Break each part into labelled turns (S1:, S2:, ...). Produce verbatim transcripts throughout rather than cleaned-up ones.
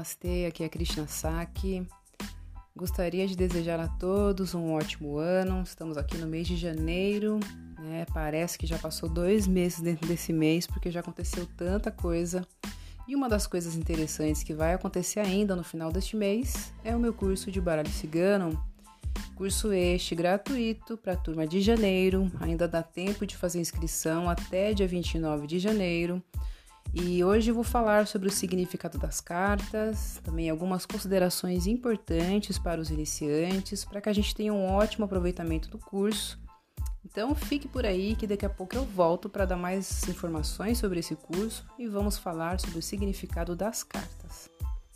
S1: Namastê, aqui é Krishna Saki. Gostaria de desejar a todos um ótimo ano. Estamos aqui no mês de janeiro, né? Parece que já passou dois meses dentro desse mês, porque já aconteceu tanta coisa. E uma das coisas interessantes que vai acontecer ainda no final deste mês é o meu curso de baralho cigano. Curso este gratuito para a turma de janeiro. Ainda dá tempo de fazer inscrição até dia vinte e nove de janeiro. E hoje eu vou falar sobre o significado das cartas, também algumas considerações importantes para os iniciantes, para que a gente tenha um ótimo aproveitamento do curso. Então fique por aí que daqui a pouco eu volto para dar mais informações sobre esse curso e vamos falar sobre o significado das cartas.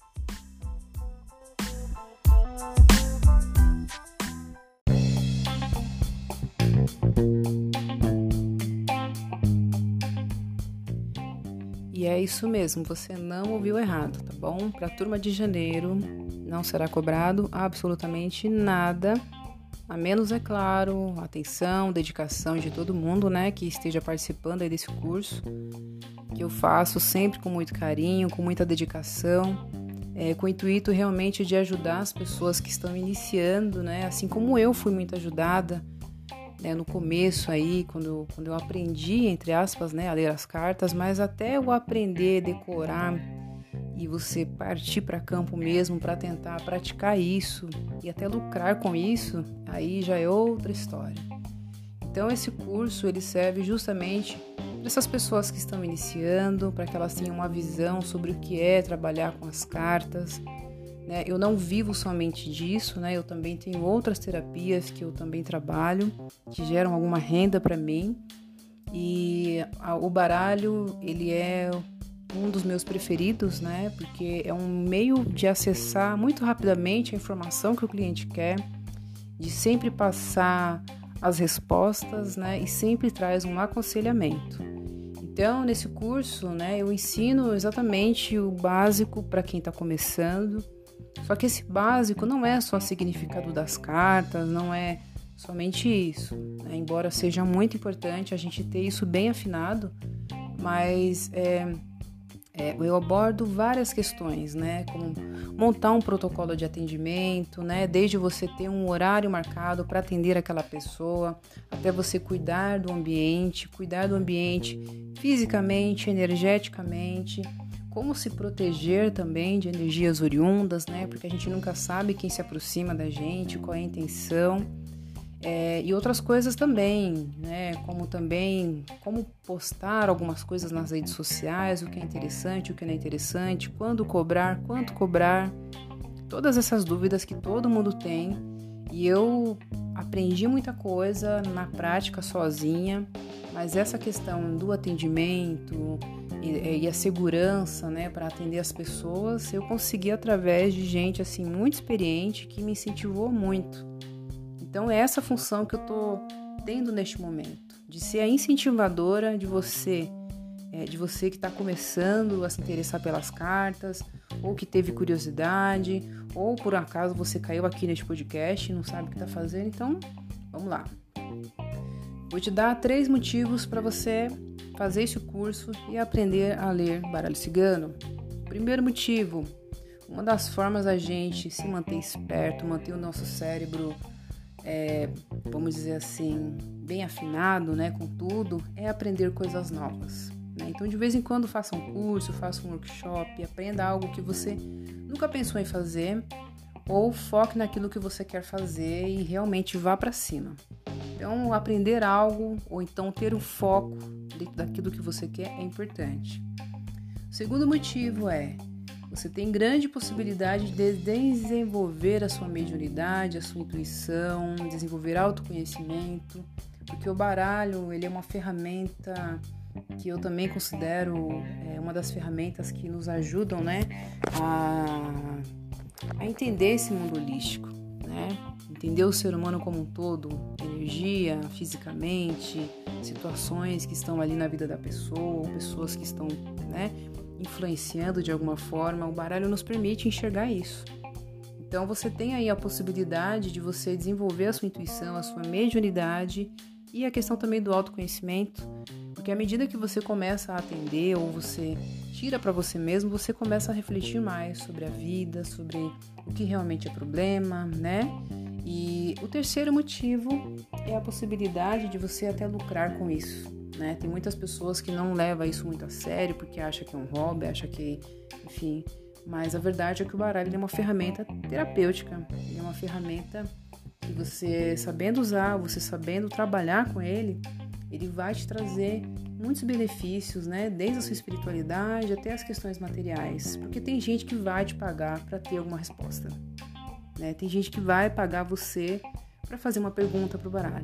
S1: E é isso mesmo, você não ouviu errado, tá bom? Para a turma de janeiro não será cobrado absolutamente nada, a menos, é claro, atenção, dedicação de todo mundo, né, que esteja participando aí desse curso, que eu faço sempre com muito carinho, com muita dedicação, é, com o intuito realmente de ajudar as pessoas que estão iniciando, né, assim como eu fui muito ajudada, né, no começo aí, quando eu, quando eu aprendi, entre aspas, né, a ler as cartas, mas até eu aprender, decorar e você partir para campo mesmo para tentar praticar isso e até lucrar com isso, aí já é outra história. Então esse curso ele serve justamente para essas pessoas que estão iniciando, para que elas tenham uma visão sobre o que é trabalhar com as cartas. Eu não vivo somente disso, né? Eu também tenho outras terapias que eu também trabalho, que geram alguma renda para mim. E a, o baralho, ele é um dos meus preferidos, né? Porque é um meio de acessar muito rapidamente a informação que o cliente quer, de sempre passar as respostas, né? E sempre traz um aconselhamento. Então, nesse curso, né, eu ensino exatamente o básico para quem está começando. Só que esse básico não é só o significado das cartas, não é somente isso, né? Embora seja muito importante a gente ter isso bem afinado, mas é, é, eu abordo várias questões, né? Como montar um protocolo de atendimento, né? Desde você ter um horário marcado para atender aquela pessoa, até você cuidar do ambiente, cuidar do ambiente fisicamente, energeticamente, como se proteger também de energias oriundas, né? Porque a gente nunca sabe quem se aproxima da gente, qual é a intenção. É, e outras coisas também, né? Como também, como postar algumas coisas nas redes sociais, o que é interessante, o que não é interessante, quando cobrar, quanto cobrar. Todas essas dúvidas que todo mundo tem. E eu aprendi muita coisa na prática sozinha, mas essa questão do atendimento e, e a segurança, né, para atender as pessoas, eu consegui através de gente assim muito experiente que me incentivou muito. Então é essa função que eu estou tendo neste momento, de ser a incentivadora de você, é, de você que está começando a se interessar pelas cartas, ou que teve curiosidade, ou por acaso você caiu aqui neste podcast e não sabe o que está fazendo. Então, vamos lá. Vou te dar três motivos para você fazer esse curso e aprender a ler baralho cigano. Primeiro motivo, uma das formas da gente se manter esperto, manter o nosso cérebro, é, vamos dizer assim, bem afinado, né, com tudo, é aprender coisas novas. Né? Então, de vez em quando, faça um curso, faça um workshop, aprenda algo que você nunca pensou em fazer, ou foque naquilo que você quer fazer e realmente vá para cima. Então, aprender algo ou então ter um foco dentro daquilo que você quer é importante. O segundo motivo é, você tem grande possibilidade de desenvolver a sua mediunidade, a sua intuição, desenvolver autoconhecimento, porque o baralho ele é uma ferramenta que eu também considero é, uma das ferramentas que nos ajudam, né, a, a entender esse mundo holístico, né? Entender o ser humano como um todo, energia, fisicamente, situações que estão ali na vida da pessoa, pessoas que estão, né, influenciando de alguma forma. O baralho nos permite enxergar isso. Então você tem aí a possibilidade de você desenvolver a sua intuição, a sua mediunidade e a questão também do autoconhecimento, porque à medida que você começa a atender ou você tira para você mesmo, você começa a refletir mais sobre a vida, sobre o que realmente é problema, né? E o terceiro motivo é a possibilidade de você até lucrar com isso, né? Tem muitas pessoas que não levam isso muito a sério porque acham que é um hobby, acham que, enfim... Mas a verdade é que o baralho é uma ferramenta terapêutica, ele é uma ferramenta que você, sabendo usar, você sabendo trabalhar com ele, ele vai te trazer muitos benefícios, né? Desde a sua espiritualidade até as questões materiais. Porque tem gente que vai te pagar para ter alguma resposta, né? Tem gente que vai pagar você para fazer uma pergunta para o baralho.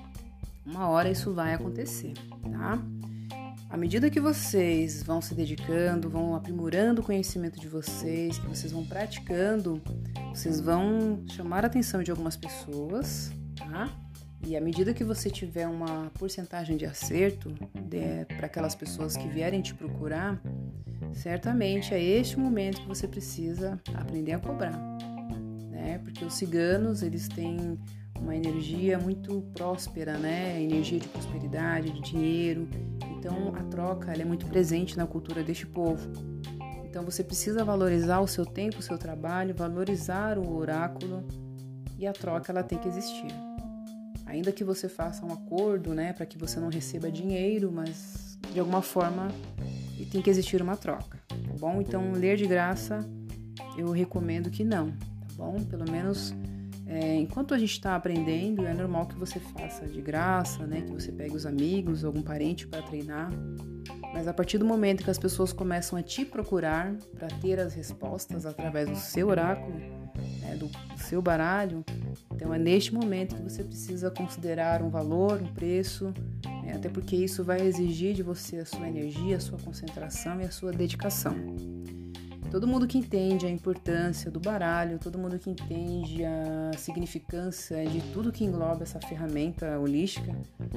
S1: Uma hora isso vai acontecer, tá? À medida que vocês vão se dedicando, vão aprimorando o conhecimento de vocês, que vocês vão praticando, vocês vão chamar a atenção de algumas pessoas, tá? E à medida que você tiver uma porcentagem de acerto para aquelas pessoas que vierem te procurar, certamente é este momento que você precisa aprender a cobrar, né? Porque os ciganos, eles têm uma energia muito próspera, né? Energia de prosperidade, de dinheiro. Então, a troca ela é muito presente na cultura deste povo. Então, você precisa valorizar o seu tempo, o seu trabalho, valorizar o oráculo, e a troca ela tem que existir. Ainda que você faça um acordo, né, para que você não receba dinheiro, mas de alguma forma tem que existir uma troca, tá bom? Então, ler de graça, eu recomendo que não, tá bom? Pelo menos... É, enquanto a gente está aprendendo, é normal que você faça de graça, né? Que você pegue os amigos, algum parente para treinar. Mas a partir do momento que as pessoas começam a te procurar para ter as respostas através do seu oráculo, né, do, do seu baralho, então é neste momento que você precisa considerar um valor, um preço, né, até porque isso vai exigir de você a sua energia, a sua concentração e a sua dedicação. Todo mundo que entende a importância do baralho, todo mundo que entende a significância de tudo que engloba essa ferramenta holística,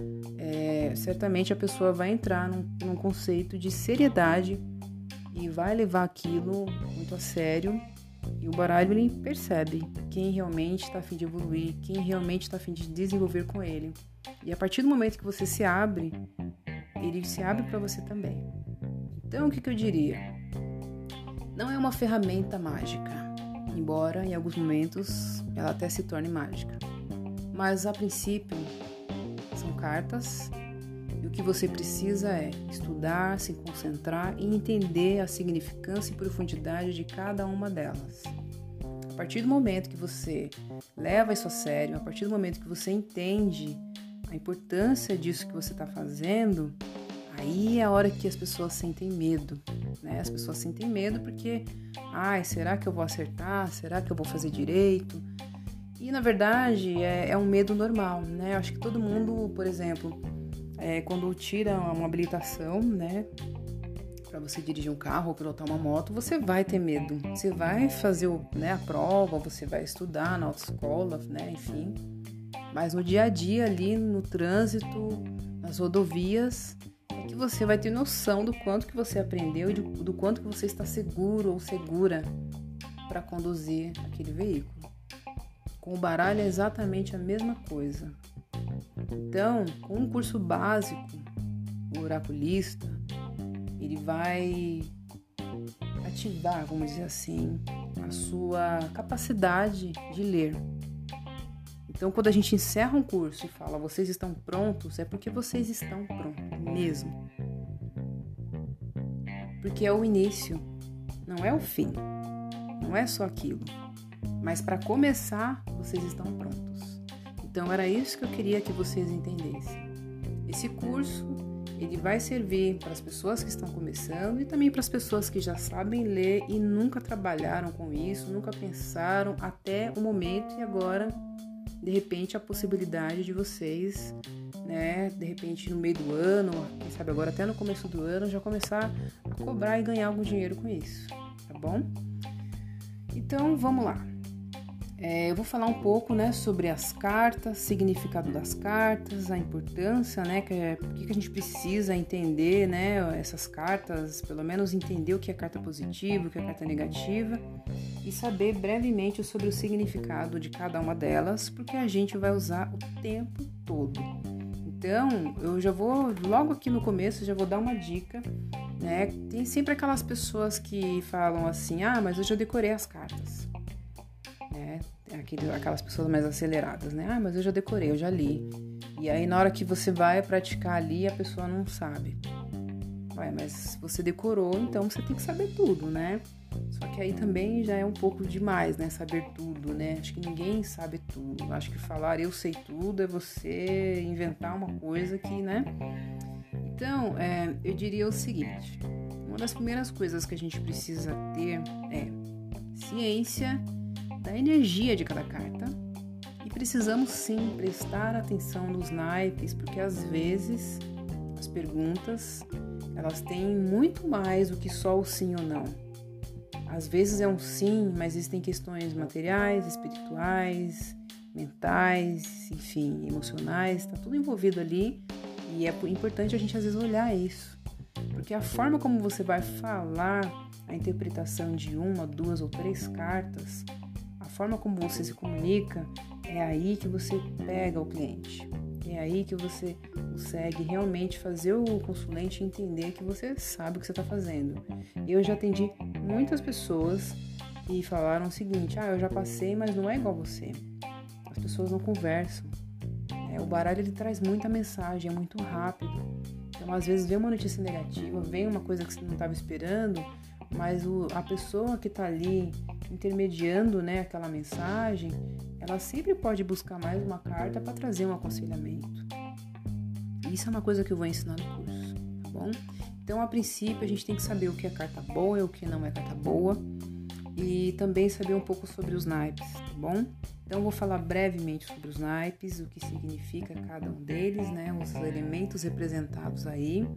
S1: é, certamente a pessoa vai entrar num, num conceito de seriedade e vai levar aquilo muito a sério. E o baralho ele percebe quem realmente está a fim de evoluir, quem realmente está a fim de desenvolver com ele. E a partir do momento que você se abre, ele se abre para você também. Então, o que, que eu diria? Não é uma ferramenta mágica, embora em alguns momentos ela até se torne mágica. Mas a princípio são cartas e o que você precisa é estudar, se concentrar e entender a significância e profundidade de cada uma delas. A partir do momento que você leva isso a sério, a partir do momento que você entende a importância disso que você está fazendo, aí é a hora que as pessoas sentem medo, né? As pessoas sentem medo porque, ai, será que eu vou acertar? Será que eu vou fazer direito? E, na verdade, é, é um medo normal, né? Eu acho que todo mundo, por exemplo, é, quando tira uma habilitação, né, para você dirigir um carro ou pilotar uma moto, você vai ter medo. Você vai fazer o, né, a prova, você vai estudar na autoescola, né, enfim. Mas no dia a dia, ali no trânsito, nas rodovias, que você vai ter noção do quanto que você aprendeu e do, do quanto que você está seguro ou segura para conduzir aquele veículo. Com o baralho é exatamente a mesma coisa. Então, com um curso básico, o oraculista, ele vai ativar, vamos dizer assim, a sua capacidade de ler. Então, quando a gente encerra um curso e fala, vocês estão prontos, é porque vocês estão prontos mesmo. Porque é o início, não é o fim, não é só aquilo. Mas para começar, vocês estão prontos. Então, era isso que eu queria que vocês entendessem. Esse curso, ele vai servir para as pessoas que estão começando e também para as pessoas que já sabem ler e nunca trabalharam com isso, nunca pensaram até o momento e agora... de repente, a possibilidade de vocês, né, de repente no meio do ano, quem sabe agora até no começo do ano, já começar a cobrar e ganhar algum dinheiro com isso, tá bom? Então, vamos lá. É, eu vou falar um pouco, né, sobre as cartas, significado das cartas, a importância, né, que é, por que a gente precisa entender, né, essas cartas, pelo menos entender o que é carta positiva, o que é carta negativa, e saber brevemente sobre o significado de cada uma delas, porque a gente vai usar o tempo todo. Então, eu já vou, logo aqui no começo, já vou dar uma dica né? Tem sempre aquelas pessoas que falam assim, ah, mas eu já decorei as cartas, né? Aquele, aquelas pessoas mais aceleradas, né? Ah, mas eu já decorei, eu já li. E aí na hora que você vai praticar ali, a pessoa não sabe. Ué, mas você decorou, então você tem que saber tudo, né? Só que aí também já é um pouco demais, né? Saber tudo, né? Acho que ninguém sabe tudo. Acho que falar eu sei tudo é você inventar uma coisa que, né? Então, é, eu diria o seguinte. Uma das primeiras coisas que a gente precisa ter é ciência da energia de cada carta. E precisamos sim prestar atenção nos naipes, porque às vezes as perguntas, elas têm muito mais do que só o sim ou não. Às vezes é um sim, mas existem questões materiais, espirituais, mentais, enfim, emocionais, tá tudo envolvido ali e é importante a gente às vezes olhar isso. Porque a forma como você vai falar a interpretação de uma, duas ou três cartas, a forma como você se comunica, é aí que você pega o cliente. É aí que você consegue realmente fazer o consulente entender que você sabe o que você está fazendo. Eu já atendi muitas pessoas que falaram o seguinte, ah, eu já passei, mas não é igual você. As pessoas não conversam. É, o baralho ele traz muita mensagem, é muito rápido. Então, às vezes, vem uma notícia negativa, vem uma coisa que você não estava esperando, mas o, a pessoa que está ali intermediando, né, aquela mensagem, ela sempre pode buscar mais uma carta para trazer um aconselhamento. Isso é uma coisa que eu vou ensinar no curso, tá bom? Então, a princípio, a gente tem que saber o que é carta boa e o que não é carta boa e também saber um pouco sobre os naipes, tá bom? Então, eu vou falar brevemente sobre os naipes, o que significa cada um deles, né, os elementos representados aí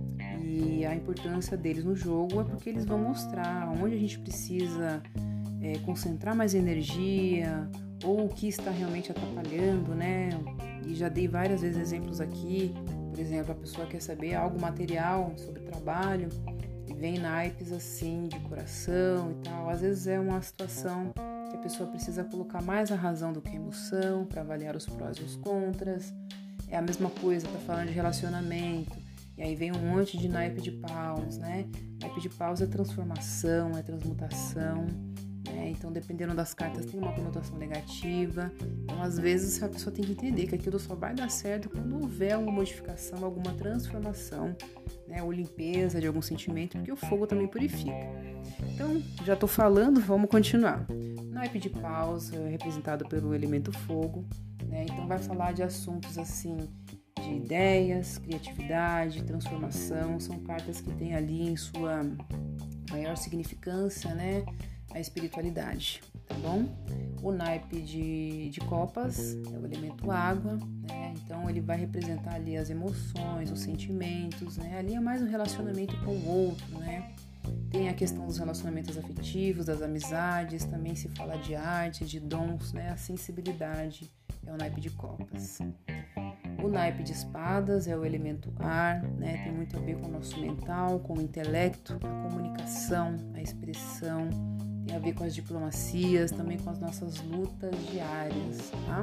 S1: e a importância deles no jogo é porque eles vão mostrar onde a gente precisa é, concentrar mais energia ou o que está realmente atrapalhando, né? E já dei várias vezes exemplos aqui. Por exemplo, a pessoa quer saber algo material sobre trabalho e vem naipes assim de coração e tal. Às vezes é uma situação que a pessoa precisa colocar mais a razão do que a emoção para avaliar os prós e os contras. É a mesma coisa, tá falando de relacionamento. E aí vem um monte de naipe de paus, né? Naipe de paus é transformação, é transmutação. Então, dependendo das cartas, tem uma conotação negativa. Então, às vezes, a pessoa tem que entender que aquilo só vai dar certo quando houver alguma modificação, alguma transformação, né? Ou limpeza de algum sentimento, porque o fogo também purifica. Então, já estou falando, vamos continuar. Naipe de paus é representado pelo elemento fogo, né? Então, vai falar de assuntos assim, de ideias, criatividade, transformação. São cartas que têm ali em sua maior significância, né? A espiritualidade, tá bom? O naipe de, de copas é o elemento água, né? Então ele vai representar ali as emoções, os sentimentos, né? Ali é mais um relacionamento com o outro, né? Tem a questão dos relacionamentos afetivos, das amizades, também se fala de arte, de dons, né? A sensibilidade é o naipe de copas. O naipe de espadas é o elemento ar, né? Tem muito a ver com o nosso mental, com o intelecto, a comunicação, a expressão, tem a ver com as diplomacias, também com as nossas lutas diárias, tá?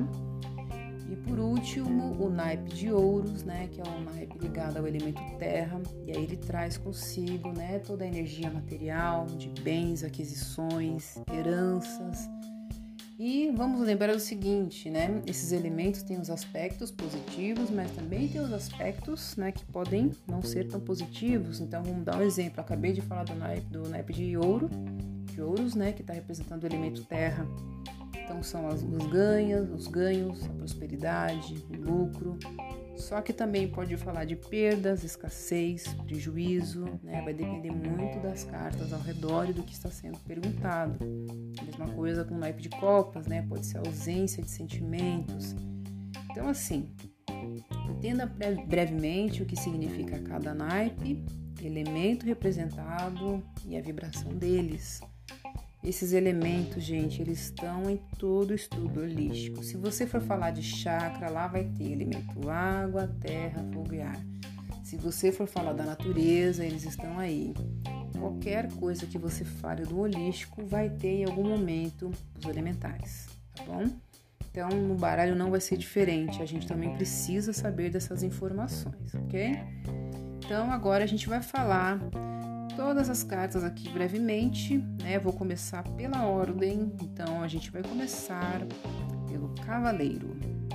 S1: E por último, o naipe de ouros, né? Que é um naipe ligado ao elemento terra, e aí ele traz consigo, né? Toda a energia material, de bens, aquisições, heranças. E vamos lembrar o seguinte, né? Esses elementos têm os aspectos positivos, mas também tem os aspectos, né, que podem não ser tão positivos. Então, vamos dar um exemplo. Eu acabei de falar do naipe, do naipe de ouro, de ouros, né, que está representando o elemento terra. Então, são as, os ganhos, os ganhos, a prosperidade, o lucro. Só que também pode falar de perdas, escassez, prejuízo, né? Vai depender muito das cartas ao redor e do que está sendo perguntado. A mesma coisa com o naipe de copas, né? Pode ser ausência de sentimentos. Então, assim, entenda brevemente o que significa cada naipe, elemento representado e a vibração deles. Esses elementos, gente, eles estão em todo o estudo holístico. Se você for falar de chakra, lá vai ter elemento água, terra, fogo e ar. Se você for falar da natureza, eles estão aí. Qualquer coisa que você fale do holístico vai ter em algum momento os elementais, tá bom? Então, no baralho não vai ser diferente. A gente também precisa saber dessas informações, ok? Então, agora a gente vai falar todas as cartas aqui brevemente, né? Vou começar pela ordem, então a gente vai começar pelo Cavaleiro.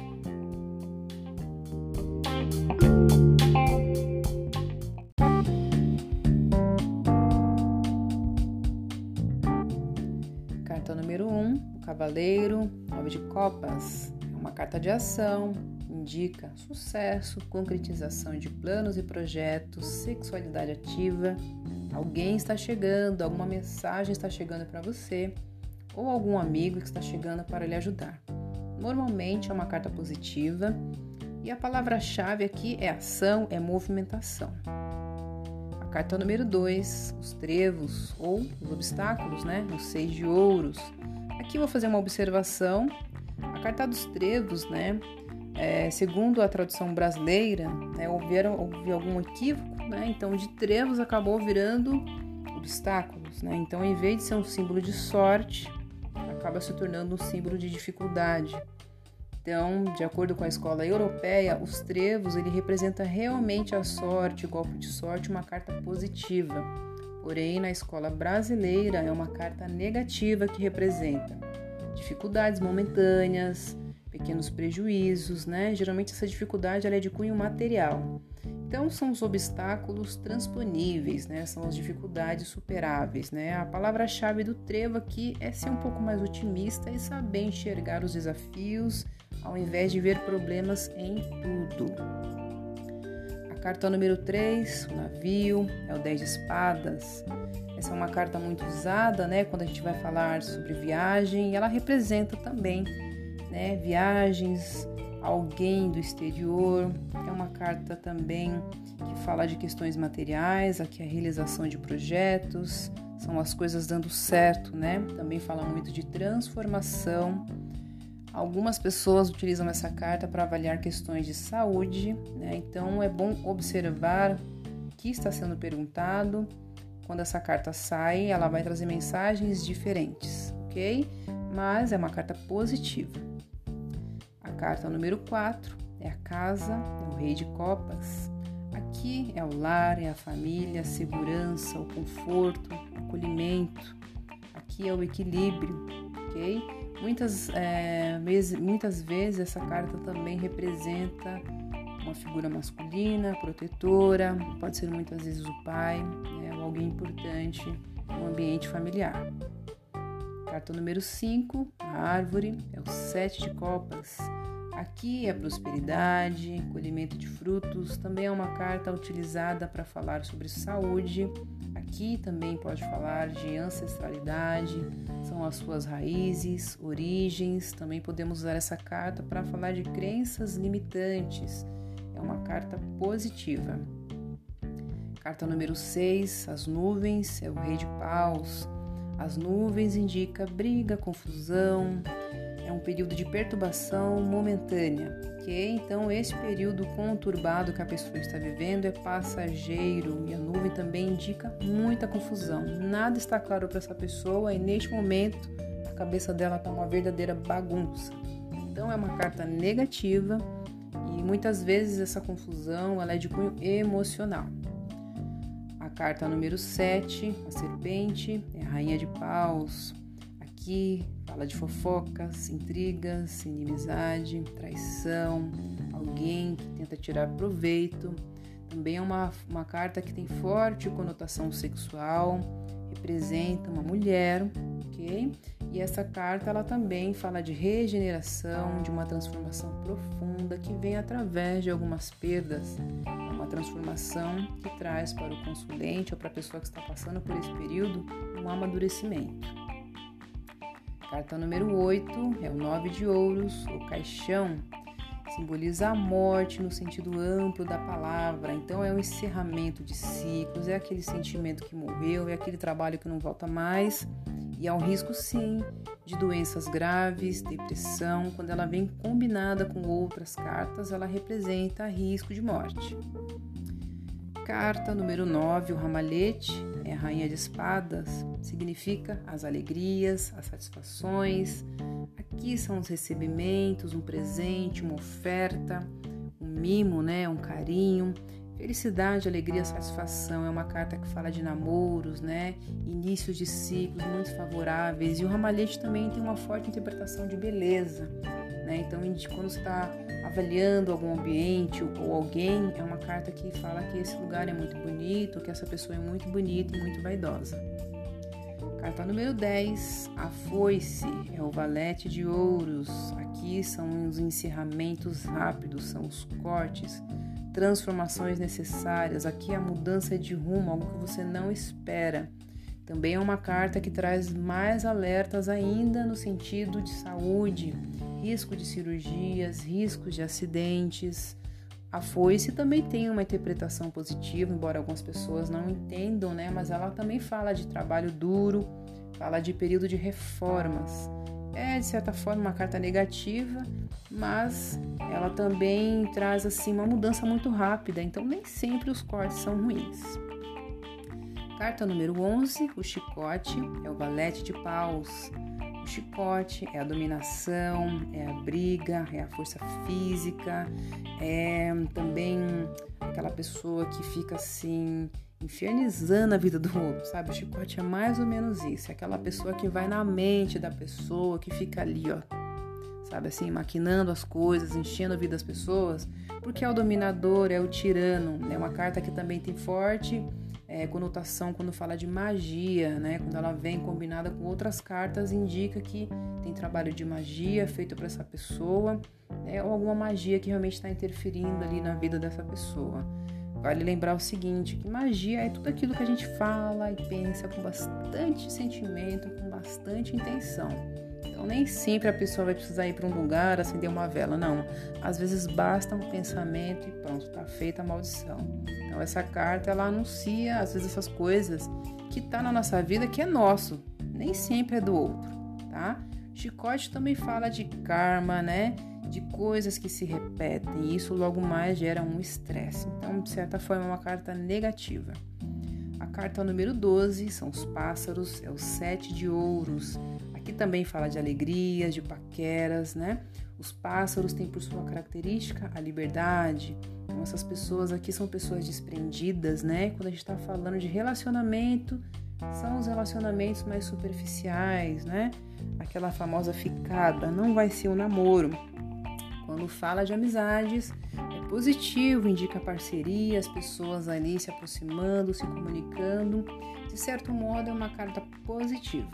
S1: Carta número um, o Cavaleiro, nove de copas. É uma carta de ação, indica sucesso, concretização de planos e projetos, sexualidade ativa. Alguém está chegando, alguma mensagem está chegando para você ou algum amigo que está chegando para lhe ajudar. Normalmente é uma carta positiva e a palavra-chave aqui é ação, é movimentação. A carta número dois, os trevos ou os obstáculos, né? Os seis de ouros. Aqui eu vou fazer uma observação. A carta dos trevos, né? É, segundo a tradução brasileira, né, houve, houve algum equívoco, né? Então de trevos acabou virando obstáculos, né? Então, em vez de ser um símbolo de sorte, acaba se tornando um símbolo de dificuldade. Então, de acordo com a escola europeia, os trevos ele representa realmente a sorte, o golpe de sorte, uma carta positiva. Porém, na escola brasileira é uma carta negativa que representa dificuldades momentâneas, pequenos prejuízos, né? Geralmente essa dificuldade ela é de cunho material. Então são os obstáculos transponíveis, né? São as dificuldades superáveis, né? A palavra-chave do trevo aqui é ser um pouco mais otimista e saber enxergar os desafios ao invés de ver problemas em tudo. A carta número três, o navio, é o dez de espadas. Essa é uma carta muito usada, né? Quando a gente vai falar sobre viagem, e ela representa também, né, viagens, alguém do exterior. É uma carta também que fala de questões materiais, aqui a realização de projetos, são as coisas dando certo, né? Também fala muito de transformação. Algumas pessoas utilizam essa carta para avaliar questões de saúde, né? Então é bom observar o que está sendo perguntado. Quando essa carta sai, ela vai trazer mensagens diferentes, ok? Mas é uma carta positiva. A carta número quatro é a casa, é o rei de copas. Aqui é o lar, é a família, a segurança, o conforto, o acolhimento. Aqui é o equilíbrio, ok? Muitas, é, vezes, muitas vezes essa carta também representa uma figura masculina, protetora, pode ser muitas vezes o pai, né, ou alguém importante no ambiente familiar. Carta número cinco, a árvore, é o sete de copas. Aqui é prosperidade, colhimento de frutos, também é uma carta utilizada para falar sobre saúde. Aqui também pode falar de ancestralidade, são as suas raízes, origens. Também podemos usar essa carta para falar de crenças limitantes. É uma carta positiva. Carta número seis, as nuvens, é o rei de paus. As nuvens indicam briga, confusão, é um período de perturbação momentânea, ok? Então, esse período conturbado que a pessoa está vivendo é passageiro e a nuvem também indica muita confusão. Nada está claro para essa pessoa e, neste momento, a cabeça dela está uma verdadeira bagunça. Então, é uma carta negativa e, muitas vezes, essa confusão ela é de cunho emocional. A carta número sete, a serpente, é a rainha de paus. Aqui fala de fofocas, intrigas, inimizade, traição, alguém que tenta tirar proveito. Também é uma, uma carta que tem forte conotação sexual, representa uma mulher, ok? E essa carta ela também fala de regeneração, de uma transformação profunda que vem através de algumas perdas. É uma transformação que traz para o consulente ou para a pessoa que está passando por esse período um amadurecimento. Carta número oito é o nove de ouros, o caixão. Simboliza a morte no sentido amplo da palavra. Então é um encerramento de ciclos, é aquele sentimento que morreu, é aquele trabalho que não volta mais. E há um risco, sim, de doenças graves, depressão. Quando ela vem combinada com outras cartas, ela representa risco de morte. Carta número nove, o ramalhete, é a rainha de espadas. Significa as alegrias, as satisfações. Aqui são os recebimentos, um presente, uma oferta, um mimo, né, um carinho. Felicidade, alegria, satisfação. É uma carta que fala de namoros, né? Inícios de ciclos muito favoráveis. E o ramalhete também tem uma forte interpretação de beleza, né? Então, quando você está avaliando algum ambiente ou alguém, é uma carta que fala que esse lugar é muito bonito, que essa pessoa é muito bonita e muito vaidosa. Carta número dez, a foice, é o valete de ouros. Aqui são os encerramentos rápidos, são os cortes, transformações necessárias. Aqui é a mudança de rumo, algo que você não espera. Também é uma carta que traz mais alertas ainda no sentido de saúde, risco de cirurgias, riscos de acidentes. A foice também tem uma interpretação positiva, embora algumas pessoas não entendam, né? Mas ela também fala de trabalho duro, fala de período de reformas. É, de certa forma, uma carta negativa, mas ela também traz assim uma mudança muito rápida, então nem sempre os cortes são ruins. Carta número onze, o chicote, é o valete de paus. O chicote é a dominação, é a briga, é a força física, é também aquela pessoa que fica assim infernizando a vida do outro, sabe? O chicote é mais ou menos isso, é aquela pessoa que vai na mente da pessoa, que fica ali, ó, sabe assim, maquinando as coisas, enchendo a vida das pessoas, porque é o dominador, é o tirano, é uma carta que também tem forte É, conotação quando fala de magia, né? Quando ela vem combinada com outras cartas, indica que tem trabalho de magia feito para essa pessoa, né? Ou alguma magia que realmente está interferindo ali na vida dessa pessoa. Vale lembrar o seguinte, que magia é tudo aquilo que a gente fala e pensa com bastante sentimento, com bastante intenção. Então nem sempre a pessoa vai precisar ir para um lugar, acender uma vela, não. Às vezes basta um pensamento e pronto, está feita a maldição. Então essa carta, ela anuncia às vezes essas coisas que tá na nossa vida, que é nosso, nem sempre é do outro, tá? Chicote também fala de karma, né? De coisas que se repetem, e isso logo mais gera um estresse. Então, de certa forma, é uma carta negativa. A carta número doze são os pássaros, é o sete de ouros. Aqui também fala de alegrias, de paqueras, né? Os pássaros têm por sua característica a liberdade. Então, essas pessoas aqui são pessoas desprendidas, né? Quando a gente está falando de relacionamento, são os relacionamentos mais superficiais, né? Aquela famosa ficada, não vai ser um namoro. Quando fala de amizades, é positivo, indica parceria, as pessoas ali se aproximando, se comunicando. De certo modo, é uma carta positiva.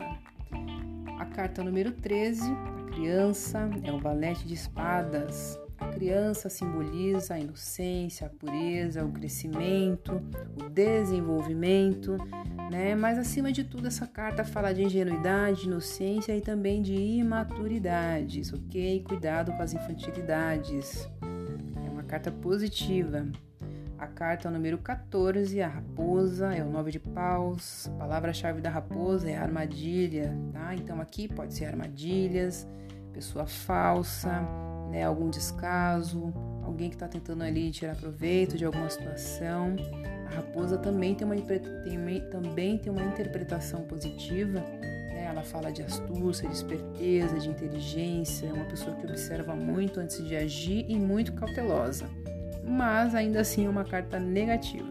S1: A carta número treze, a criança, é o valete de espadas. A criança simboliza a inocência, a pureza, o crescimento, o desenvolvimento, né? Mas acima de tudo, essa carta fala de ingenuidade, de inocência e também de imaturidades, ok? Cuidado com as infantilidades. É uma carta positiva. A carta número quatorze, a raposa, é o nove de paus. A palavra-chave da raposa é armadilha, tá? Então aqui pode ser armadilhas, pessoa falsa, né, algum descaso, alguém que está tentando ali tirar proveito de alguma situação. A raposa também tem uma, tem, também tem uma interpretação positiva, né? Ela fala de astúcia, de esperteza, de inteligência, é uma pessoa que observa muito antes de agir e muito cautelosa, mas ainda assim é uma carta negativa.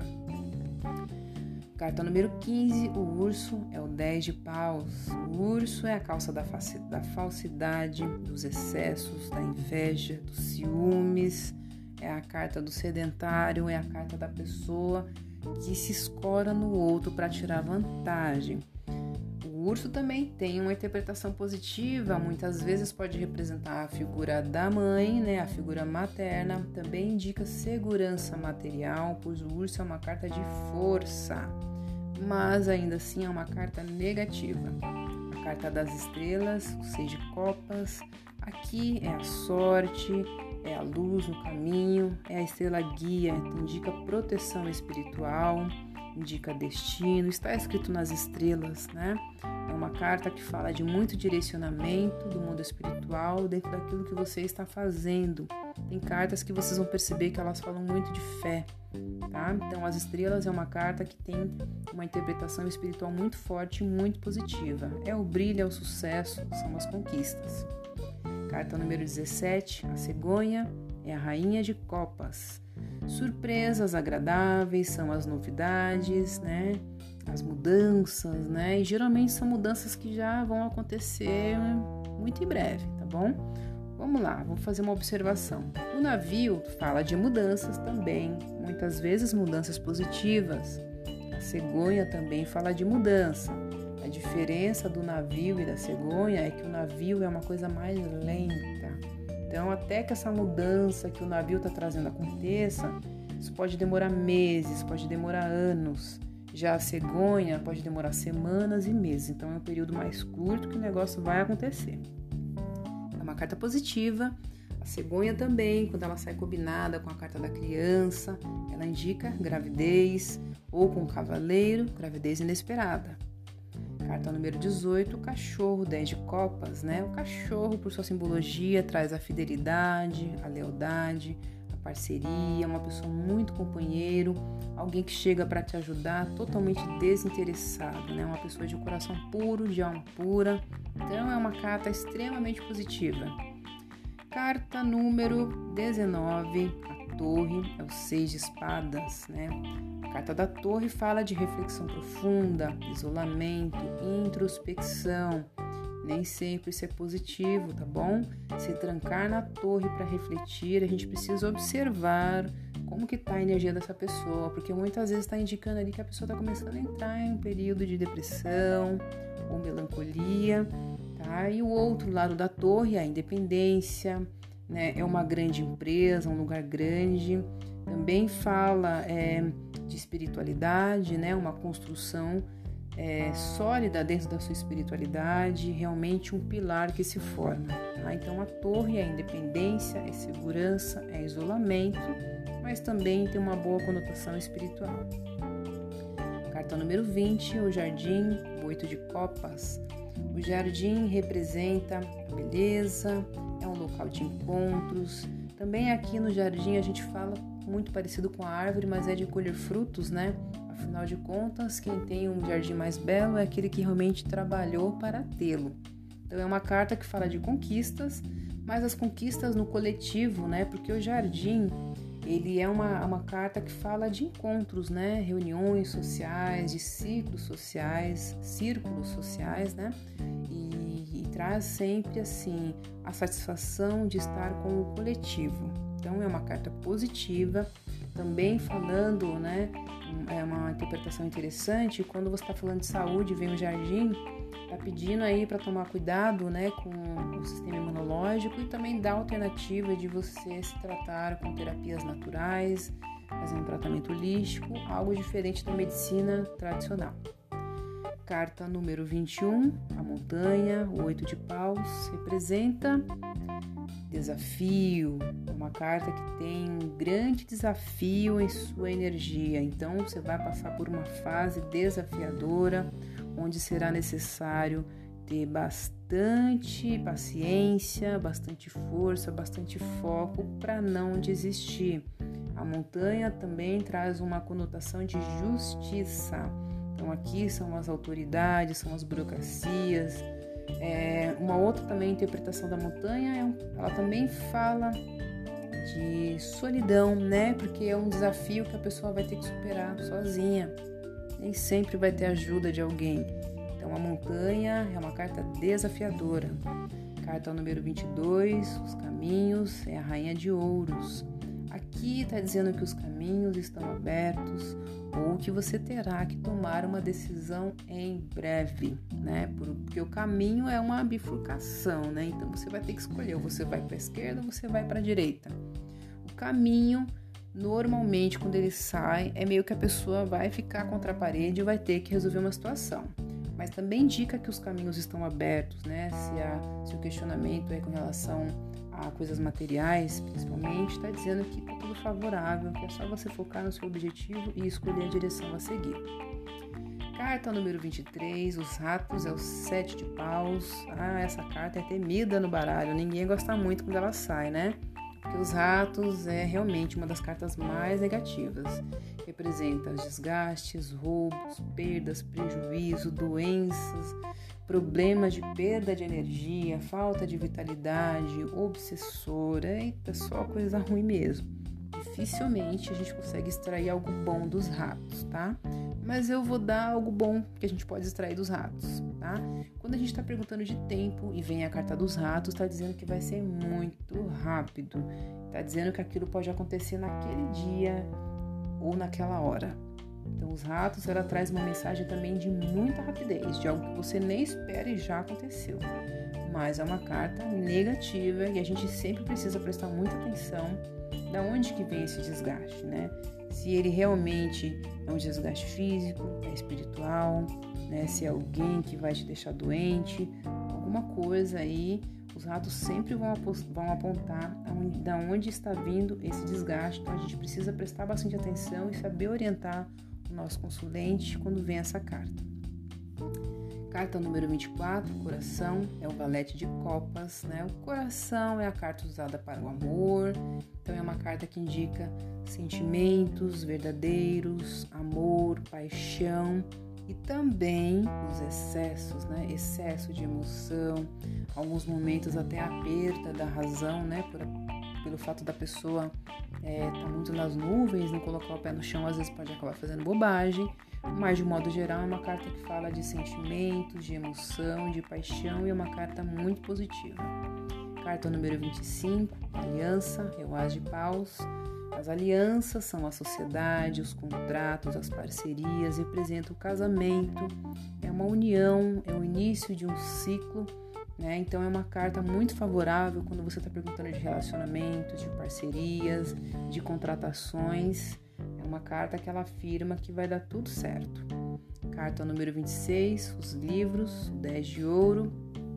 S1: Carta número quinze, o urso, é o dez de paus. O urso é a causa da, da falsidade, dos excessos, da inveja, dos ciúmes. É a carta do sedentário, é a carta da pessoa que se escora no outro para tirar vantagem. O urso também tem uma interpretação positiva, muitas vezes pode representar a figura da mãe, né? A figura materna, também indica segurança material, pois o urso é uma carta de força, mas ainda assim é uma carta negativa. A carta das estrelas, o seis de copas, aqui é a sorte, é a luz no caminho, é a estrela guia, indica proteção espiritual, indica destino, está escrito nas estrelas, né? É uma carta que fala de muito direcionamento do mundo espiritual dentro daquilo que você está fazendo. Tem cartas que vocês vão perceber que elas falam muito de fé, tá? Então, as estrelas é uma carta que tem uma interpretação espiritual muito forte e muito positiva. É o brilho, é o sucesso, são as conquistas. Carta número dezessete, a cegonha, é a rainha de copas. Surpresas agradáveis são as novidades, né? As mudanças, né? E geralmente são mudanças que já vão acontecer muito em breve, tá bom? Vamos lá, vou fazer uma observação. O navio fala de mudanças também, muitas vezes mudanças positivas. A cegonha também fala de mudança. A diferença do navio e da cegonha é que o navio é uma coisa mais lenta. Então, até que essa mudança que o navio está trazendo aconteça, isso pode demorar meses, pode demorar anos. Já a cegonha pode demorar semanas e meses. Então, é um período mais curto que o negócio vai acontecer. É uma carta positiva. A cegonha também, quando ela sai combinada com a carta da criança, ela indica gravidez, ou com o cavaleiro, gravidez inesperada. Carta número dezoito, o cachorro, dez de copas, né? O cachorro, por sua simbologia, traz a fidelidade, a lealdade, a parceria, uma pessoa muito companheiro, alguém que chega para te ajudar totalmente desinteressado, né? Uma pessoa de coração puro, de alma pura. Então, é uma carta extremamente positiva. Carta número dezenove, a torre, é o seis de espadas, né? A carta da torre fala de reflexão profunda, isolamento, introspecção. Nem sempre isso é positivo, tá bom? Se trancar na torre para refletir, a gente precisa observar como que tá a energia dessa pessoa, porque muitas vezes está indicando ali que a pessoa está começando a entrar em um período de depressão ou melancolia, tá? E o outro lado da torre é a independência, né? É uma grande empresa, um lugar grande. Também fala é, de espiritualidade, né? Uma construção é, sólida dentro da sua espiritualidade, realmente um pilar que se forma. Tá? Então, a torre é independência, é segurança, é isolamento, mas também tem uma boa conotação espiritual. Carta número vinte, o jardim, oito de copas. O jardim representa a beleza, é um local de encontros. Também aqui no jardim a gente fala muito parecido com a árvore, mas é de colher frutos, né? Afinal de contas, quem tem um jardim mais belo é aquele que realmente trabalhou para tê-lo. Então é uma carta que fala de conquistas, mas as conquistas no coletivo, né? Porque o jardim, ele é uma, uma carta que fala de encontros, né? Reuniões sociais, de ciclos sociais, círculos sociais, né? E, e traz sempre, assim, a satisfação de estar com o coletivo. Então, é uma carta positiva, também falando, né, é uma interpretação interessante, quando você está falando de saúde, vem o jardim, está pedindo aí para tomar cuidado, né, com o sistema imunológico e também dá a alternativa de você se tratar com terapias naturais, fazer um tratamento holístico, algo diferente da medicina tradicional. Carta número vinte e um, a montanha, o oito de paus, representa desafio, uma carta que tem um grande desafio em sua energia. Então, você vai passar por uma fase desafiadora, onde será necessário ter bastante paciência, bastante força, bastante foco para não desistir. A montanha também traz uma conotação de justiça. Então, aqui são as autoridades, são as burocracias. É, uma outra também interpretação da montanha, é, ela também fala de solidão, né? Porque é um desafio que a pessoa vai ter que superar sozinha. Nem sempre vai ter ajuda de alguém. Então, a montanha é uma carta desafiadora. Carta número vinte e dois, os caminhos, é a rainha de ouros. Aqui está dizendo que os caminhos estão abertos ou que você terá que tomar uma decisão em breve, né? Porque o caminho é uma bifurcação, né? Então você vai ter que escolher, ou você vai para a esquerda ou você vai para a direita. O caminho, normalmente, quando ele sai, é meio que a pessoa vai ficar contra a parede e vai ter que resolver uma situação. Mas também indica que os caminhos estão abertos, né? Se, a, se o questionamento é com relação a coisas materiais, principalmente, está dizendo que está tudo favorável, que é só você focar no seu objetivo e escolher a direção a seguir. Carta número vinte e três, os ratos, é o sete de paus. Ah, essa carta é temida no baralho, ninguém gosta muito quando ela sai, né? Porque os ratos é realmente uma das cartas mais negativas. Representa desgastes, roubos, perdas, prejuízo, doenças, problemas de perda de energia, falta de vitalidade, obsessora. Eita, só coisa ruim mesmo. Dificilmente a gente consegue extrair algo bom dos ratos, tá? Mas eu vou dar algo bom que a gente pode extrair dos ratos, tá? Quando a gente está perguntando de tempo e vem a carta dos ratos, está dizendo que vai ser muito rápido. Está dizendo que aquilo pode acontecer naquele dia ou naquela hora. Então, os ratos, ela traz uma mensagem também de muita rapidez, de algo que você nem espera e já aconteceu. Mas é uma carta negativa e a gente sempre precisa prestar muita atenção da onde que vem esse desgaste, né? Se ele realmente é um desgaste físico, é espiritual, né? Se é alguém que vai te deixar doente, alguma coisa aí, os ratos sempre vão, vão apontar aonde, da onde está vindo esse desgaste. Então a gente precisa prestar bastante atenção e saber orientar o nosso consulente quando vem essa carta. Carta número vinte e quatro, coração, é o valete de copas, né? O coração é a carta usada para o amor, então é uma carta que indica sentimentos verdadeiros, amor, paixão e também os excessos, né? Excesso de emoção, alguns momentos até a perda da razão, né? Por, pelo fato da pessoa estar é, tá muito nas nuvens, não colocar o pé no chão, às vezes pode acabar fazendo bobagem. Mas, de modo geral, é uma carta que fala de sentimentos, de emoção, de paixão e é uma carta muito positiva. Carta número vinte e cinco, aliança, é o As de Paus. As alianças são a sociedade, os contratos, as parcerias, representam o casamento, é uma união, é o início de um ciclo, né? Então, é uma carta muito favorável quando você está perguntando de relacionamentos, de parcerias, de contratações. É uma carta que ela afirma que vai dar tudo certo. Carta número vinte e seis, os livros, o dez de ouro.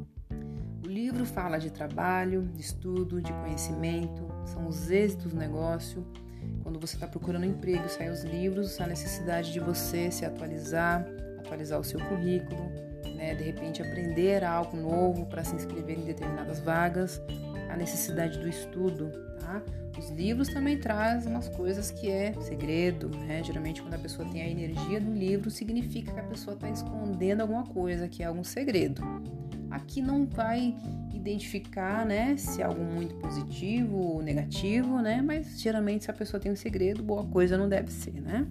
S1: O livro fala de trabalho, de estudo, de conhecimento, são os êxitos do negócio. Quando você está procurando emprego e sai os livros, a necessidade de você se atualizar, atualizar o seu currículo, né? De repente aprender algo novo para se inscrever em determinadas vagas, a necessidade do estudo, tá? Os livros também trazem umas coisas que é segredo, né? Geralmente quando a pessoa tem a energia do livro, significa que a pessoa está escondendo alguma coisa, que é algum segredo. Aqui não vai identificar, né, se é algo muito positivo ou negativo, né? Mas geralmente se a pessoa tem um segredo, boa coisa não deve ser, né?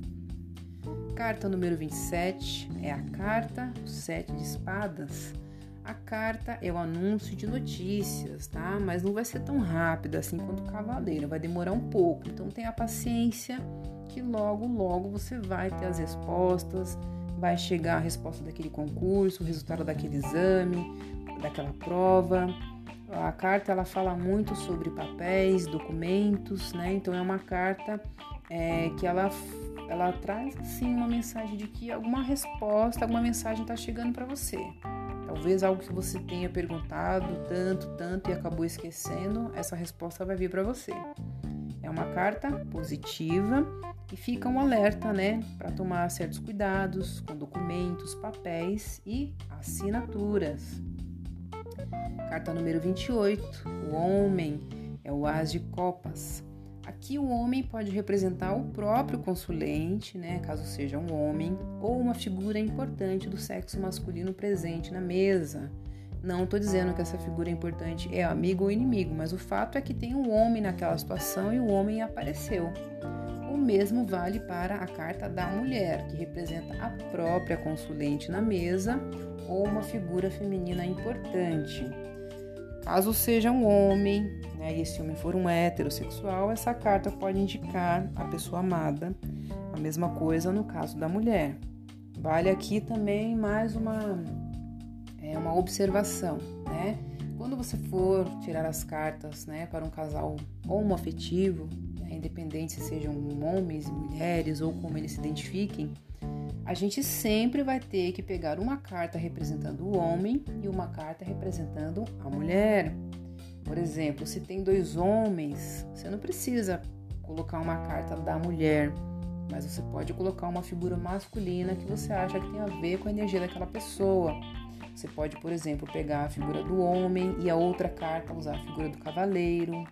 S1: Carta número vinte e sete é a carta, o sete de espadas. A carta é o anúncio de notícias, tá? Mas não vai ser tão rápido assim quanto o cavaleiro, vai demorar um pouco. Então tenha paciência que logo, logo você vai ter as respostas, vai chegar a resposta daquele concurso, o resultado daquele exame, daquela prova. A carta, ela fala muito sobre papéis, documentos, né? Então é uma carta é, que ela, ela traz, assim, uma mensagem de que alguma resposta, alguma mensagem está chegando para você. Talvez algo que você tenha perguntado tanto, tanto e acabou esquecendo, essa resposta vai vir para você. É uma carta positiva e fica um alerta, né, para tomar certos cuidados com documentos, papéis e assinaturas. Carta número vinte e oito, o homem, é o As de Copas. Aqui o homem pode representar o próprio consulente, né, caso seja um homem, ou uma figura importante do sexo masculino presente na mesa. Não estou dizendo que essa figura importante é amigo ou inimigo, mas o fato é que tem um homem naquela situação e o homem apareceu. O mesmo vale para a carta da mulher, que representa a própria consulente na mesa ou uma figura feminina importante. Caso seja um homem, né, e esse homem for um heterossexual, essa carta pode indicar a pessoa amada. A mesma coisa no caso da mulher. Vale aqui também mais uma, é, uma observação, né? Quando você for tirar as cartas, né, para um casal homoafetivo, né, independente se sejam homens e mulheres ou como eles se identifiquem, a gente sempre vai ter que pegar uma carta representando o homem e uma carta representando a mulher. Por exemplo, se tem dois homens, você não precisa colocar uma carta da mulher, mas você pode colocar uma figura masculina que você acha que tem a ver com a energia daquela pessoa. Você pode, por exemplo, pegar a figura do homem e a outra carta usar a figura do cavaleiro,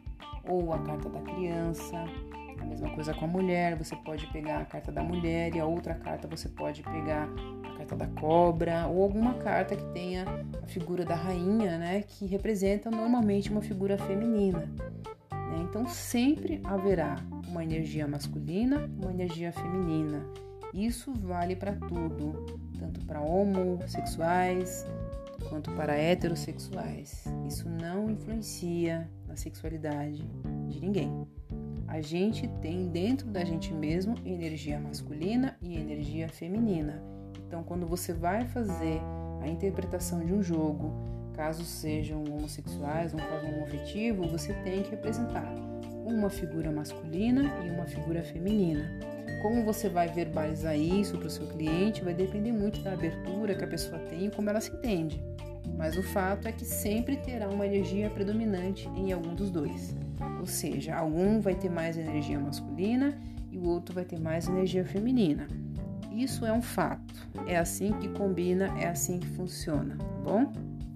S1: ou a carta da criança. A mesma coisa com a mulher, você pode pegar a carta da mulher e a outra carta você pode pegar a carta da cobra ou alguma carta que tenha a figura da rainha, né, que representa normalmente uma figura feminina. Né? Então sempre haverá uma energia masculina, uma energia feminina. Isso vale para tudo, tanto para homossexuais quanto para heterossexuais. Isso não influencia na sexualidade de ninguém. A gente tem dentro da gente mesmo energia masculina e energia feminina. Então, quando você vai fazer a interpretação de um jogo, caso sejam homossexuais, um caso homoafetivo, você tem que representar uma figura masculina e uma figura feminina. Como você vai verbalizar isso para o seu cliente vai depender muito da abertura que a pessoa tem e como ela se entende. Mas o fato é que sempre terá uma energia predominante em algum dos dois. Ou seja, algum vai ter mais energia masculina e o outro vai ter mais energia feminina. Isso é um fato. É assim que combina, é assim que funciona, tá bom?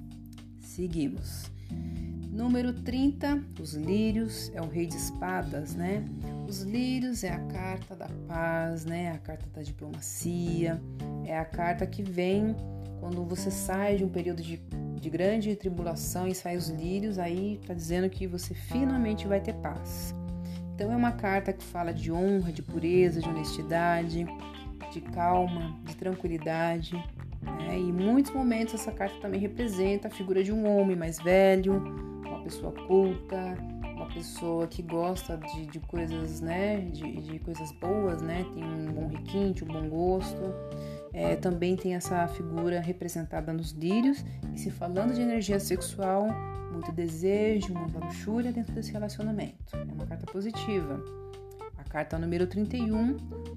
S1: Seguimos. Número trinta, os lírios, é o rei de espadas, né? Os lírios é a carta da paz, né? A carta da diplomacia, é a carta que vem quando você sai de um período de, de grande tribulação e sai os lírios, aí tá dizendo que você finalmente vai ter paz. Então é uma carta que fala de honra, de pureza, de honestidade, de calma, de tranquilidade. Né? E em muitos momentos essa carta também representa a figura de um homem mais velho, uma pessoa culta, uma pessoa que gosta de, de coisas, né, de, de coisas boas, né, tem um bom requinte, um bom gosto. É, também tem essa figura representada nos lírios. E se falando de energia sexual, muito desejo, muita luxúria dentro desse relacionamento. É uma carta positiva. A carta número trinta e um,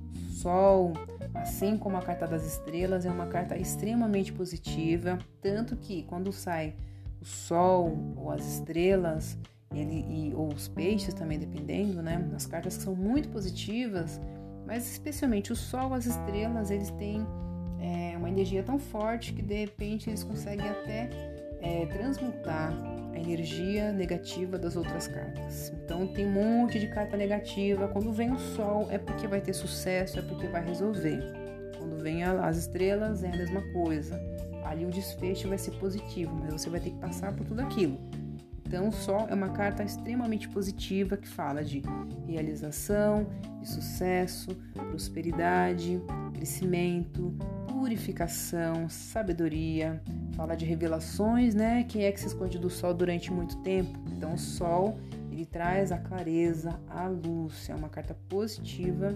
S1: Sol, assim como a carta das estrelas, é uma carta extremamente positiva, tanto que quando sai o Sol ou as estrelas, ele, e, ou os peixes também, dependendo, né? As cartas que são muito positivas, mas especialmente o Sol, as estrelas, eles têm é, uma energia tão forte que de repente eles conseguem até é, transmutar a energia negativa das outras cartas. Então tem um monte de carta negativa. Quando vem o Sol é porque vai ter sucesso, é porque vai resolver. Quando vem a, as estrelas é a mesma coisa. Ali o desfecho vai ser positivo, mas você vai ter que passar por tudo aquilo. Então, o Sol é uma carta extremamente positiva que fala de realização, de sucesso, prosperidade, crescimento, purificação, sabedoria. Fala de revelações, né? Quem é que se esconde do Sol durante muito tempo? Então, o Sol, ele traz a clareza, a luz. É uma carta positiva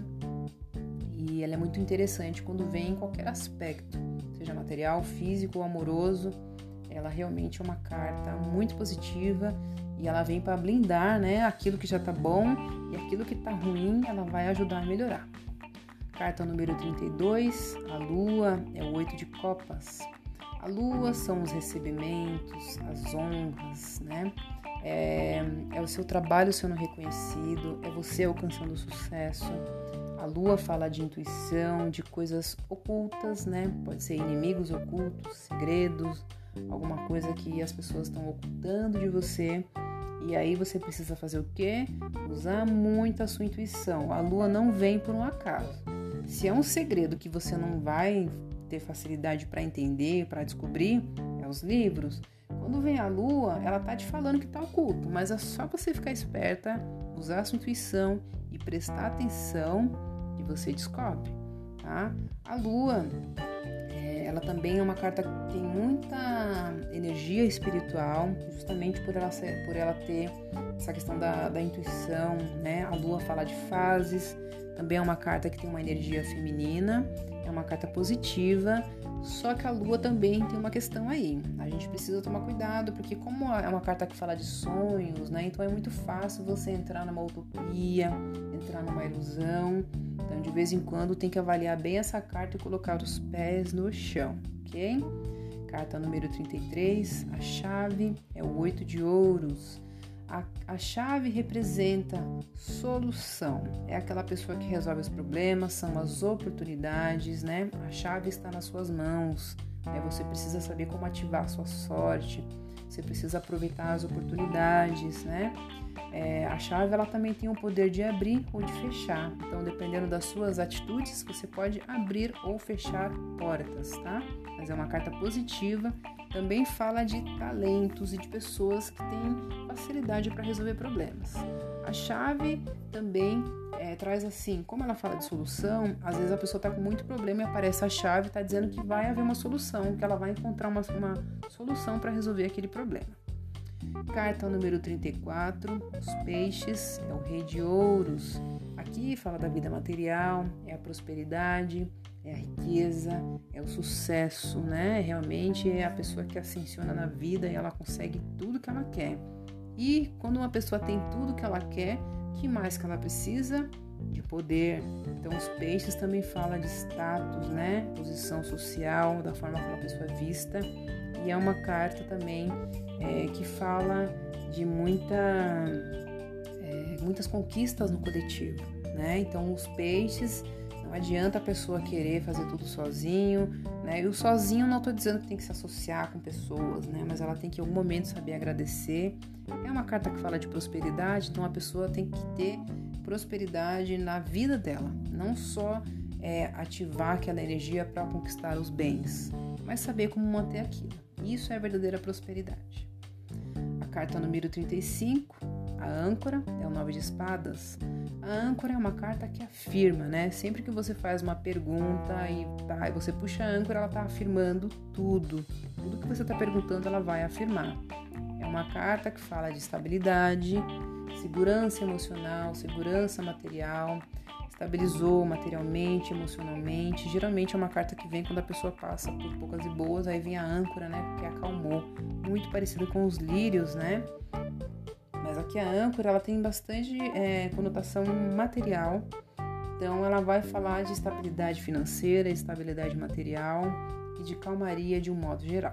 S1: e ela é muito interessante quando vem em qualquer aspecto, seja material, físico ou amoroso. Ela realmente é uma carta muito positiva e ela vem para blindar, né, aquilo que já está bom e aquilo que está ruim, ela vai ajudar a melhorar. Carta número trinta e dois, a Lua, é o oito de copas. A Lua são os recebimentos, as honras, né? É, é o seu trabalho sendo reconhecido, é você alcançando o sucesso. A Lua fala de intuição, de coisas ocultas, né? Pode ser inimigos ocultos, segredos, alguma coisa que as pessoas estão ocultando de você. E aí você precisa fazer o quê? Usar muito a sua intuição. A Lua não vem por um acaso. Se é um segredo que você não vai ter facilidade para entender, para descobrir, é os livros. Quando vem a Lua, ela tá te falando que tá oculto, mas é só você ficar esperta, usar a sua intuição e prestar atenção e você descobre, tá? A Lua, é, ela também é uma carta que tem muita energia espiritual, justamente por ela, ser, por ela ter essa questão da, da intuição, né? A Lua fala de fases, também é uma carta que tem uma energia feminina, é uma carta positiva, só que a Lua também tem uma questão aí. A gente precisa tomar cuidado, porque como é uma carta que fala de sonhos, né? Então é muito fácil você entrar numa utopia, entrar numa ilusão. Então de vez em quando tem que avaliar bem essa carta e colocar os pés no chão, ok? Carta número trinta e três, a chave é o oito de ouros. A, a chave representa solução, é aquela pessoa que resolve os problemas, são as oportunidades, né? A chave está nas suas mãos, né? Você precisa saber como ativar a sua sorte, você precisa aproveitar as oportunidades, né? É, a chave ela também tem o poder de abrir ou de fechar. Então, dependendo das suas atitudes, você pode abrir ou fechar portas, tá? Mas é uma carta positiva. Também fala de talentos e de pessoas que têm facilidade para resolver problemas. A chave também é, traz assim, como ela fala de solução, às vezes a pessoa está com muito problema e aparece a chave e está dizendo que vai haver uma solução, que ela vai encontrar uma, uma solução para resolver aquele problema. Carta número trinta e quatro, os peixes, é o rei de ouros. Aqui fala da vida material, é a prosperidade, é a riqueza, é o sucesso, né? Realmente é a pessoa que ascensiona na vida e ela consegue tudo que ela quer. E quando uma pessoa tem tudo que ela quer, o que mais que ela precisa? De poder. Então os peixes também falam de status, né? Posição social, da forma como a pessoa é vista. E é uma carta também é, que fala de muita, é, muitas conquistas no coletivo, né? Então os peixes, não adianta a pessoa querer fazer tudo sozinho, né? E o sozinho não estou dizendo que tem que se associar com pessoas, né? Mas ela tem que em algum momento saber agradecer. É uma carta que fala de prosperidade, então a pessoa tem que ter prosperidade na vida dela, não só é, ativar aquela energia para conquistar os bens, mas saber como manter aquilo. Isso é a verdadeira prosperidade. A carta número trinta e cinco, a âncora, é o nove de espadas. A âncora é uma carta que afirma, né? Sempre que você faz uma pergunta e, tá, e você puxa a âncora, ela está afirmando tudo. Tudo que você está perguntando, ela vai afirmar. É uma carta que fala de estabilidade, segurança emocional, segurança material, estabilizou materialmente, emocionalmente. Geralmente é uma carta que vem quando a pessoa passa por poucas e boas, aí vem a âncora, né, que acalmou. Muito parecido com os lírios, né? Mas aqui a âncora, ela tem bastante é, conotação material. Então ela vai falar de estabilidade financeira, estabilidade material e de calmaria de um modo geral.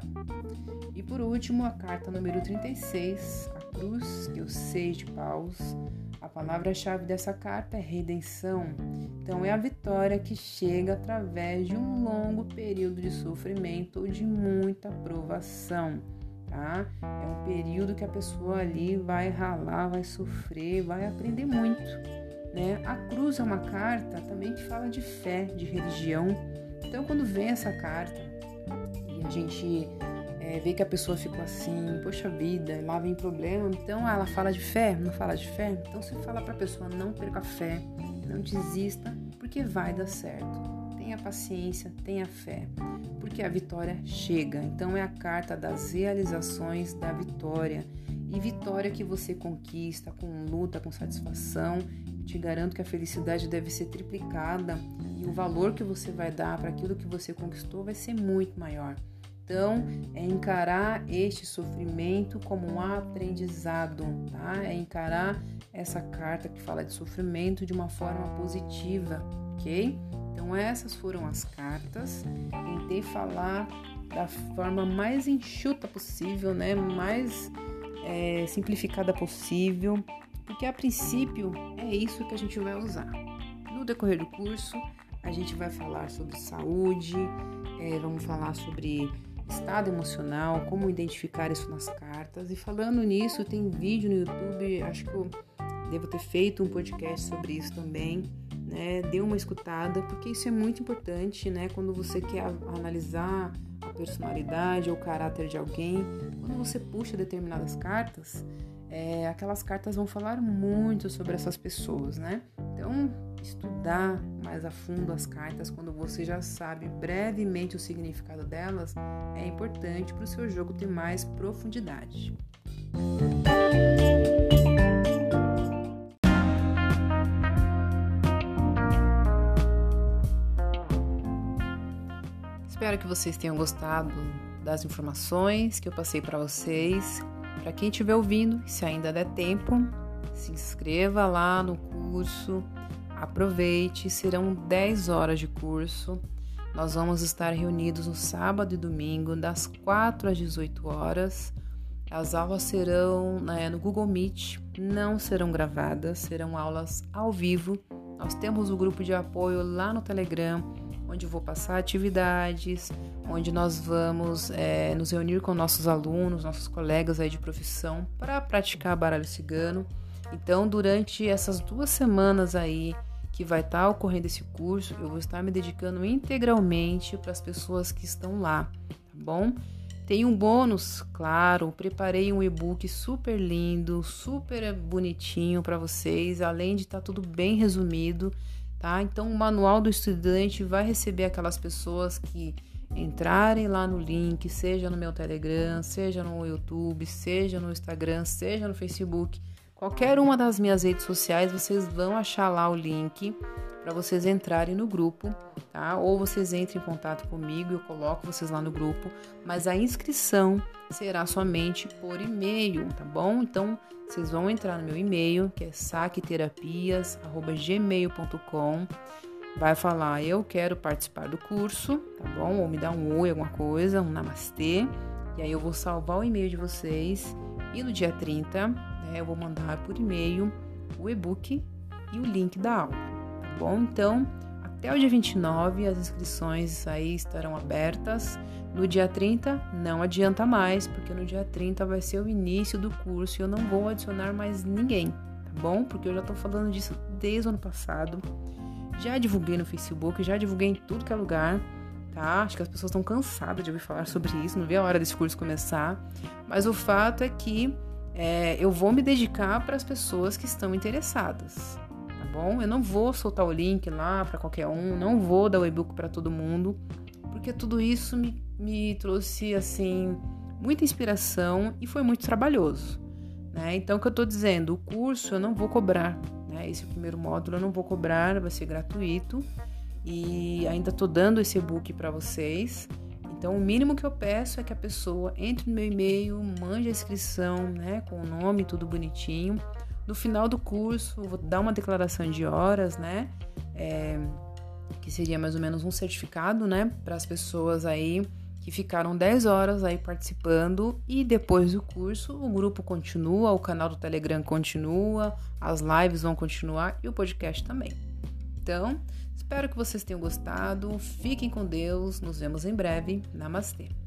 S1: E por último, a carta número trinta e seis, a cruz, que é o seis de paus. A palavra-chave dessa carta é redenção. Então é a vitória que chega através de um longo período de sofrimento ou de muita provação, tá? É um período que a pessoa ali vai ralar, vai sofrer, vai aprender muito, né? A cruz é uma carta também que fala de fé, de religião. Então quando vem essa carta e a gente é, vê que a pessoa ficou assim, poxa vida, lá vem problema, então ela fala de fé, não fala de fé? Então você fala para a pessoa, não perca a fé, não desista, porque vai dar certo. Tenha paciência, tenha fé, porque a vitória chega. Então é a carta das realizações da vitória. E vitória que você conquista com luta, com satisfação. Te garanto que a felicidade deve ser triplicada e o valor que você vai dar para aquilo que você conquistou vai ser muito maior. Então, é encarar este sofrimento como um aprendizado, tá? É encarar essa carta que fala de sofrimento de uma forma positiva, ok? Então, essas foram as cartas. Tentei falar da forma mais enxuta possível, né? Mais é, simplificada possível, porque a princípio é isso que a gente vai usar. No decorrer do curso, a gente vai falar sobre saúde, é, vamos falar sobre estado emocional, como identificar isso nas cartas. E falando nisso, tem vídeo no YouTube, acho que eu devo ter feito um podcast sobre isso também, né? Dê uma escutada, porque isso é muito importante, né? Quando você quer analisar a personalidade ou o caráter de alguém, quando você puxa determinadas cartas, é, aquelas cartas vão falar muito sobre essas pessoas, né? Então, estudar mais a fundo as cartas, quando você já sabe brevemente o significado delas, é importante para o seu jogo ter mais profundidade. Espero que vocês tenham gostado das informações que eu passei para vocês. Para quem estiver ouvindo, se ainda der tempo, se inscreva lá no curso, aproveite, serão dez horas de curso. Nós vamos estar reunidos no sábado e domingo, das quatro às dezoito horas. As aulas serão né, no Google Meet, não serão gravadas, serão aulas ao vivo. Nós temos o grupo de apoio lá no Telegram, onde eu vou passar atividades, onde nós vamos é, nos reunir com nossos alunos, nossos colegas aí de profissão para praticar baralho cigano. Então, durante essas duas semanas aí que vai estar ocorrendo esse curso, eu vou estar me dedicando integralmente para as pessoas que estão lá, tá bom? Tem um bônus, claro, preparei um e-book super lindo, super bonitinho para vocês, além de estar tudo bem resumido, tá? Então, o manual do estudante vai receber aquelas pessoas que entrarem lá no link, seja no meu Telegram, seja no YouTube, seja no Instagram, seja no Facebook, qualquer uma das minhas redes sociais, vocês vão achar lá o link para vocês entrarem no grupo, tá? Ou vocês entrem em contato comigo, eu coloco vocês lá no grupo, mas a inscrição será somente por e-mail, tá bom? Então, vocês vão entrar no meu e-mail, que é saqueterapias arroba gmail ponto com, vai falar, eu quero participar do curso, tá bom? Ou me dar um oi, alguma coisa, um namastê, e aí eu vou salvar o e-mail de vocês, e no dia trinta, né, eu vou mandar por e-mail o e-book e o link da aula, tá bom? Então, até o dia vinte e nove, as inscrições aí estarão abertas. No dia trinta, não adianta mais, porque no dia trinta vai ser o início do curso e eu não vou adicionar mais ninguém, tá bom? Porque eu já tô falando disso desde o ano passado. Já divulguei no Facebook, já divulguei em tudo que é lugar, tá? Acho que as pessoas estão cansadas de ouvir falar sobre isso, não vê a hora desse curso começar. Mas o fato é que é, eu vou me dedicar para as pessoas que estão interessadas, tá bom? Eu não vou soltar o link lá para qualquer um, não vou dar o e-book para todo mundo, porque tudo isso me, me trouxe, assim, muita inspiração e foi muito trabalhoso, né? Então, o que eu tô dizendo, o curso eu não vou cobrar, né? Esse primeiro módulo eu não vou cobrar, vai ser gratuito e ainda tô dando esse e-book para vocês. Então, o mínimo que eu peço é que a pessoa entre no meu e-mail, mande a inscrição, né, com o nome, tudo bonitinho. No final do curso, eu vou dar uma declaração de horas, né, é, que seria mais ou menos um certificado, né, para as pessoas aí que ficaram dez horas aí participando. E depois do curso, o grupo continua, o canal do Telegram continua, as lives vão continuar e o podcast também. Então, espero que vocês tenham gostado. Fiquem com Deus. Nos vemos em breve. Namastê.